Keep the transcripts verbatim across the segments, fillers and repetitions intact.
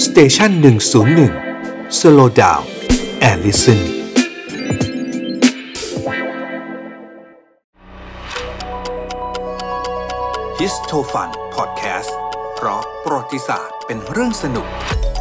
สเตชันหนึ่งศูนย์หนึ่ง Slow Down and Listenฮิสโทฟันพอดแคสต์เพราะประวัติศาสตร์เป็นเรื่องสนุก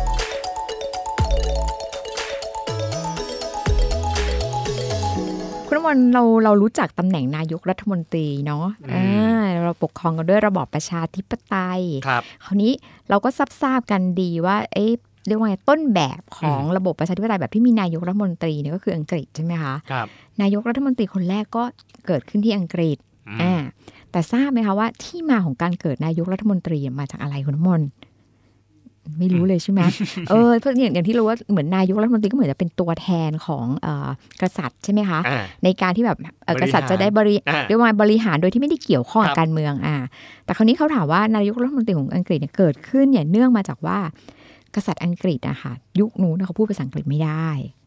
คุณมนเราเรารู้จักตำแหน่งนายกรัฐมนตรีเนาะอ่าเราปกครองกันด้วยระบอบประชาธิปไตยครับคราวนี้เราก็ทราบๆกันดีว่าเอ๊ะเรียกว่าไงต้นแบบของระบบประชาธิปไตยแบบที่มีนายกรัฐมนตรีเนี่ยก็คืออังกฤษใช่ไหมคะครับนายกรัฐมนตรีคนแรกก็เกิดขึ้นที่อังกฤษอ่าแต่ทราบไหมคะว่าที่มาของการเกิดนายกรัฐมนตรีมาจากอะไรคุณน้ำมนต์ไม่รู้เลยใช่ไหม เออเพราะอย่างอย่างที่รู้ว่าเหมือนนายกรัฐมนตรีก็เหมือนจะเป็นตัวแทนของเอ่อกษัตริย์ใช่ไหมคะในการที่แบบกษัตริย์จะได้บริเรียกว่าบริหารโดยที่ไม่ได้เกี่ยวข้องกับการเมืองอ่าแต่คราวนี้เขาถามว่านายกรัฐมนตรีของอังกฤษเนี่ยเกิดขึ้นเนี่ยเนื่องมาจากว่ากษัตริย์อังกฤษอะค่ะยุคนู้นเขาพูดภาษาอังกฤษไม่ได้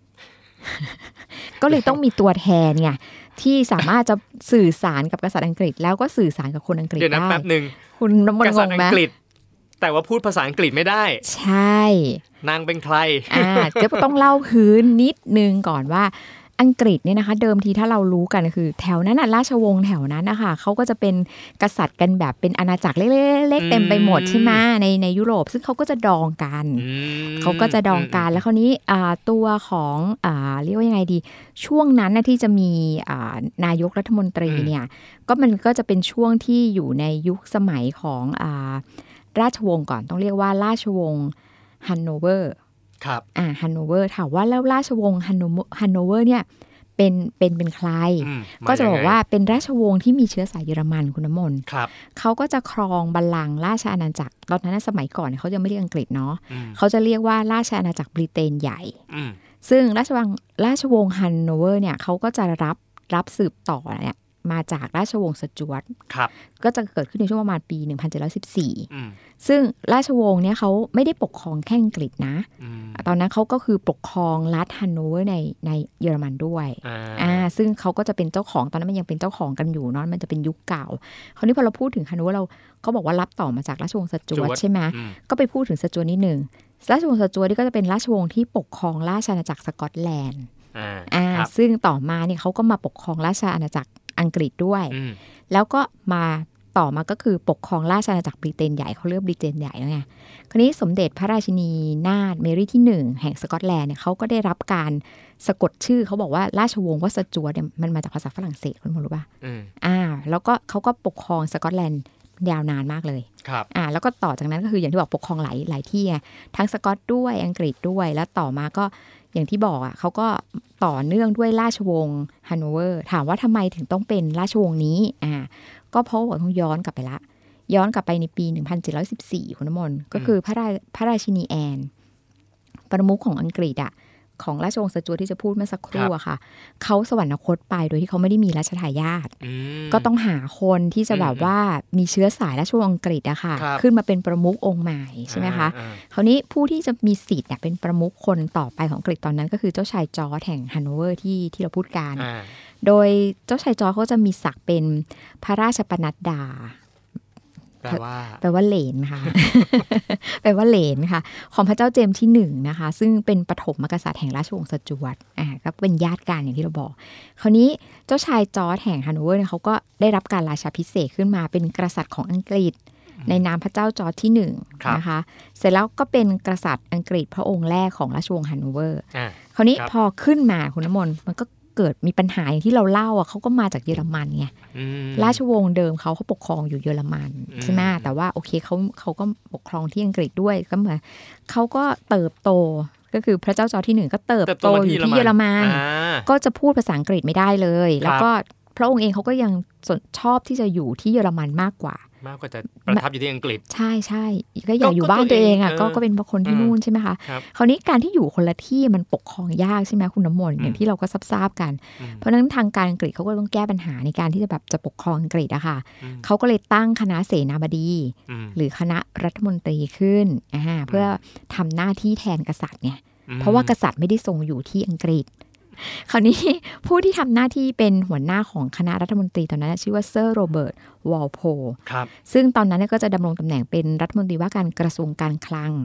ก็เลยต้องมีตัวแทนไงที่สามารถจะสื่อสารกับกษัตริย์อังกฤษแล้วก็สื่อสารกับคนอังกฤษได้เดี๋ยวนะแป๊บนึงคุณน้ำมันงงไหมแต่ว่าพูดภาษาอังกฤษไม่ได้ใช่นางเป็นใครอ่าก็ต้องเล่าพื้นนิดนึงก่อนว่าอังกฤษเนี่ยนะคะเดิมทีถ้าเรารู้กันคือแถวนั้นน่ะราชวงศ์แถวนั้นนะคะเขาก็จะเป็นกษัตริย์กันแบบเป็นอาณาจักรเล็กๆเต็มไปหมดใช่ไหมในในยุโรปซึ่งเขาก็จะดองกันเขาก็จะดองกันแล้วคราวนี้อ่าตัวของอ่าเรียกว่ายังไงดีช่วงนั้นนะที่จะมีอ่านายกรัฐมนตรีเนี่ยก็มันก็จะเป็นช่วงที่อยู่ในยุคสมัยของอ่าราชวงศ์ก่อนต้องเรียกว่าราชวงศ์ฮันโนเวอร์ครับอ่าฮันโนเวอร์ถามว่าแล้วราชวงศ์ฮันโนฮันโนเวอร์เนี่ยเป็นเป็นเป็นใครก็จะบอกว่าเป็นราชวงศ์ที่มีเชื้อสายเยอรมันคุณน้ำมนต์เขาก็จะครองบัลลังก์ราชอาณาจักรตอนนั้นสมัยก่อนเขาจะไม่เรียกอังกฤษเนาะเขาจะเรียกว่าราชอาณาจักรบริเตนใหญ่ซึ่งราชวังราชวงศ์ฮันโนเวอร์เนี่ยเขาก็จะรับรับสืบต่อเนี่ยมาจากราชวงศ์สจ๊วตก็จะเกิดขึ้นในช่วงประมาณปีหนึ่งพันเจ็ดร้อยสิบสี่ซึ่งราชวงศ์เนี่ยเขาไม่ได้ปกครองแค่อังกฤษนะตอนนั้นเขาก็คือปกครองรัฐฮันโนเวอร์ในในเยอรมันด้วยอ่าซึ่งเขาก็จะเป็นเจ้าของตอนนั้นมันยังเป็นเจ้าของกันอยู่เนาะมันจะเป็นยุคเก่าคราวนี้พอเราพูดถึงฮันโนเวอร์เราก็บอกว่ารับต่อมาจากราชวงศ์สจ๊วตใช่ไหมก็ไปพูดถึงสจ๊วตนิดนึงราชวงศ์สจ๊วตนี่ก็จะเป็นราชวงศ์ที่ปกครองราชอาณาจักรสกอตแลนด์อ่าซึ่งต่อมาเนี่ยเขาก็มาปกครองราชอาณาจักรอังกฤษด้วยแล้วก็มาต่อมาก็คือปกครองราชอาณาจักรบริเตนใหญ่เขาเรียกบริเตนใหญ่แล้วไงคราวนี้สมเด็จพระราชินีนาถเมรี่ที่หนึ่งแห่งสกอตแลนด์เนี่ยเขาก็ได้รับการสะกดชื่อเขาบอกว่าราชวงศ์ว่าสจ๊วตเนี่ยมันมาจากภาษาฝรั่งเศสคุณรู้ป่ะอ่าแล้วก็เขาก็ปกครองสกอตแลนด์ยาวนานมากเลยครับอ่าแล้วก็ต่อจากนั้นก็คืออย่างที่บอกปกครองหลายหลายที่ไงทั้งสกอตด้วยอังกฤษด้วยแล้วต่อมาก็อย่างที่บอกอ่ะเขาก็ต่อเนื่องด้วยราชวงศ์ฮันโนเวอร์ถามว่าทำไมถึงต้องเป็นราชวงศ์นี้อ่าก็เพราะว่าต้องย้อนกลับไปละย้อนกลับไปในปีหนึ่งพันเจ็ดร้อยสิบสี่คุณน้ำมนต์ก็คือพระราพระราชินีแอนประมุขของอังกฤษอ่ะของราชวงศ์สจ๊วตที่จะพูดเมื่อสักครู่อะค่ะเขาสวรรคตไปโดยที่เขาไม่ได้มีราชทายาทก็ต้องหาคนที่จะแบบว่ามีเชื้อสายราชวงศ์อังกฤษอะค่ะขึ้นมาเป็นประมุของค์ใหม่ใช่ไหมคะคราวนี้ผู้ที่จะมีสิทธิ์เป็นประมุขคนต่อไปของอังกฤษตอนนั้นก็คือเจ้าชายจอร์จแห่งฮันโนเวอร์ที่ที่เราพูดกันโดยเจ้าชายจอร์จเขาจะมีศักดิ์เป็นพระราชปนัดดาแปลว่าแปลว่าเหลนค่ะ แปลว่าเหลนค่ะของพระเจ้าเจมส์ที่หนึ่งนะคะซึ่งเป็นปฐมกษัตริย์แห่งราชวงศ์สจ๊วตอ่าก็เป็นญาติกันอย่างที่เราบอกคราวนี้เจ้าชายจอร์จแห่งฮันโนเวอร์เนี่ยเขาก็ได้รับการราชาภิเษกขึ้นมาเป็นกษัตริย์ของอังกฤษในนามพระเจ้าจอร์จที่หนึ่งนะคะเสร็จแล้วก็เป็นกษัตริย์อังกฤษพระองค์แรกของราชวงศ์ฮันโนเวอร์คราวนี้พอขึ้นมาคุณน้ำมนต์มันก็เกิดมีปัญหาอย่างที่เราเล่าอ่ะเขาก็มาจากเยอรมันไงราชวงศ์เดิมเขาเขาปกครองอยู่เยอรมันใช่ไหมแต่ว่าโอเคเขาเขาก็ปกครองที่อังกฤษด้วยก็เหมือนเขาก็เติบโตก็คือพระเจ้าจอร์จที่หนึ่งก็เติบโตอยู่ที่เยอรมันก็จะพูดภาษาอังกฤษไม่ได้เลยแล้วก็พระองค์เองเขาก็ยังชอบที่จะอยู่ที่เยอรมันมากกว่ามากกว่าจะประทับอยู่ที่อังกฤษใช่ใช่ก็อยากอยู่บ้านตัวเองอ่ะก็ก็เป็นคนที่นู่นใช่ไหมคะคราวนี้การที่อยู่คนละที่มันปกครองยากใช่ไหมคุณน้ำมนต์อย่างที่เราก็ทราบกันเพราะฉะนั้นทางการอังกฤษเขาก็ต้องแก้ปัญหาในการที่จะแบบจะปกครองอังกฤษอะค่ะเขาก็เลยตั้งคณะเสนาบดีหรือคณะรัฐมนตรีขึ้นอ่าเพื่อทำหน้าที่แทนกษัตริย์ไงเพราะว่ากษัตริย์ไม่ได้ทรงอยู่ที่อังกฤษคราวนี้ผู้ที่ทำหน้าที่เป็นหัวหน้าของคณะรัฐมนตรีตอนนั้นชื่อว่าเซอร์โรเบิร์ตวอลโพลซึ่งตอนนั้นก็จะดำรงตำแหน่งเป็นรัฐมนตรีว่าการกระทรวงการคลัง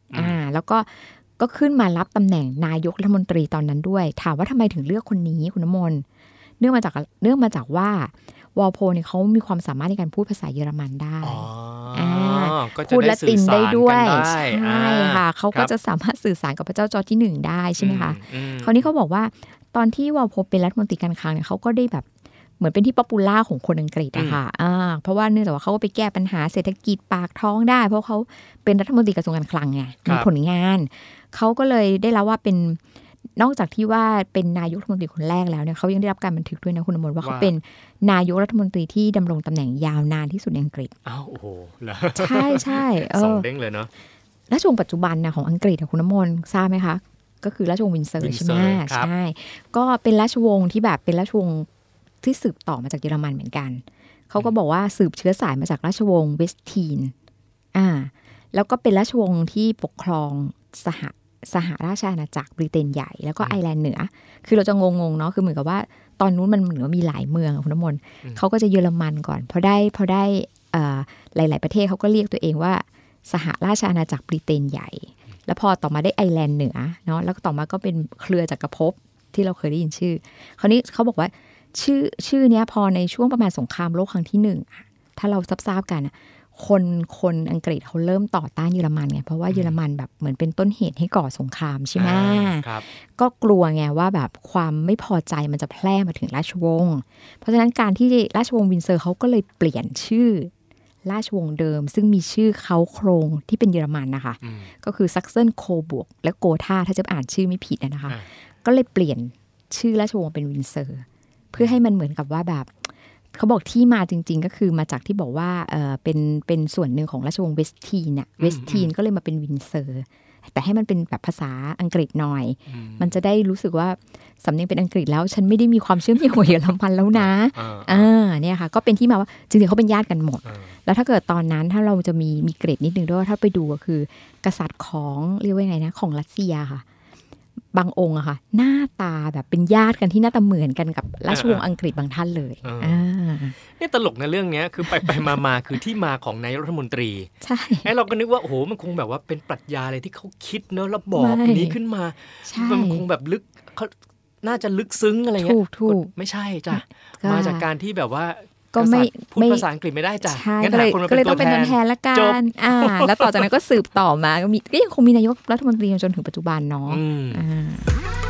อ่าแล้วก็ก็ขึ้นมารับตำแหน่งนายกรัฐมนตรีตอนนั้นด้วยถามว่าทำไมถึงเลือกคนนี้คุณน้ำมนต์เนื่องมาจากเนื่องมาจากว่าวอลโพลเนี่ยเขามีความสามารถในการพูดภาษาเยอรมันได้พูดละตินได้ด้วยใช่ค่ะเขาก็จะสามารถสื่อสารกับพระเจ้าจอร์จที่หนึ่งได้ใช่ไหมคะคราวนี้เขาบอกว่าตอนที่วอลโพลเป็นรัฐมนตรีการคลังเนี่ยเขาก็ได้แบบเหมือนเป็นที่ป๊อปปูล่าของคนอังกฤษอะค่ะเพราะว่าเนื่องจากว่าเขาก็ไปแก้ปัญหาเศรษฐกิจปากท้องได้เพราะเขาเป็นรัฐมนตรีกระทรวงการคลังไงมีผลงานเขาก็เลยได้รับว่าเป็นนอกจากที่ว่าเป็นนายกรัฐมนตรีคนแรกแล้วเนี่ยเขายังได้รับการบันทึกด้วยนะคุณอมรว่าเขาเป็นนายกรัฐมนตรีที่ดำรงตำแหน่งยาวนานที่สุดในอังกฤษอ้าวโอ้โหใช่ใช่สองเด้งเลยเนาะราชวงศ์ปัจจุบันนะของอังกฤษคุณอมรทราบไหมคะก็คือราชวงศ์วินเซอร์ใช่ไหมใช่ก็เป็นราชวงศ์ที่แบบเป็นราชวงศ์ที่สืบต่อมาจากเยอรมันเหมือนกันเขาก็บอกว่าสืบเชื้อสายมาจากราชวงศ์เวสทีนอ่าแล้วก็เป็นราชวงศ์ที่ปกครองสหสหราชอาณาจักรบริเตนใหญ่แล้วก็ไอร์แลนด์เหนือคือเราจะงงๆเนาะคือเหมือนกับว่าตอนนู้นมันเหมือนว่ามีหลายเมืองคุณน้ำมนต์เขาก็จะเยอรมันก่อนพอได้พอได้หลายๆประเทศเขาก็เรียกตัวเองว่าสหราชอาณาจักรบริเตนใหญ่แล้วพอต่อมาได้ไอร์แลนด์เหนือเนาะแล้วต่อมาก็เป็นเครือจักรภพที่เราเคยได้ยินชื่อคราวนี้เขาบอกว่าชื่อชื่อเนี้ยพอในช่วงประมาณสงครามโลกครั้งที่หนึ่งถ้าเราทราบๆกันคนคนอังกฤษเขาเริ่มต่อต้านเยอรมันไงเพราะว่าเยอรมันแบบเหมือนเป็นต้นเหตุให้ก่อสงครามใช่ไหมก็กลัวไงว่าแบบความไม่พอใจมันจะแพร่มาถึงราชวงศ์เพราะฉะนั้นการที่ราชวงศ์วินเซอร์เขาก็เลยเปลี่ยนชื่อราชวงศ์เดิมซึ่งมีชื่อเขาโครงที่เป็นเยอรมันนะคะก็คือซักเซนโคบวกและโกธาถ้าจะอ่านชื่อไม่ผิดนะคะก็เลยเปลี่ยนชื่อราชวงศ์เป็นวินเซอร์เพื่อให้มันเหมือนกับว่าแบบเขาบอกที่มาจริงๆก็คือมาจากที่บอกว่าเออเป็นเป็นส่วนหนึ่งของราชวงศ์เวสทีนเนี่ยเวสทีนก็เลยมาเป็นวินเซอร์แต่ให้มันเป็นแบบภาษาอังกฤษหน่อยมันจะได้รู้สึกว่าสำเนียงเป็นอังกฤษแล้วฉันไม่ได้มีความเชื่อมโยงกับเยอรมันแล้วนะอ่าเนี่ยค่ะก็เป็นที่มาว่าจริงๆเขาเป็นญาติกันหมดแล้วถ้าเกิดตอนนั้นถ้าเราจะมีมีเกรดนิดนึงด้วยถ้าไปดูก็คือกษัตริย์ของเรียกว่าไงนะของรัสเซียค่ะบางองค์อะค่ะหน้าตาแบบเป็นญาติกันที่หน้าตาเหมือนกันกับราชวงศ์อังกฤษบางท่านเลยเนี่ยตลกในเรื่องนี้คือไปไปมามาคือที่มาของนายกรัฐมนตรีใช่ไอ้เราก็นึกว่าโอ้โหมันคงแบบว่าเป็นปรัชญาอะไรที่เขาคิดเนอะแล้วบอกนี้ขึ้นมามันคงแบบลึกเขาน่าจะลึกซึ้งอะไรเงี้ยถูกไม่ใช่จ้ะมาจากการที่แบบว่าก็ไม่พูดภาษาอังกฤษไม่ได้จ้ะงั้นหาคนมาเป็นตัวแทนละกันอ่าแล้วต่อจากนั้นก็สืบต่อมาก็มีก็ยังคงมีนายกรัฐมนตรีจนถึงปัจจุบันเนาะอ่า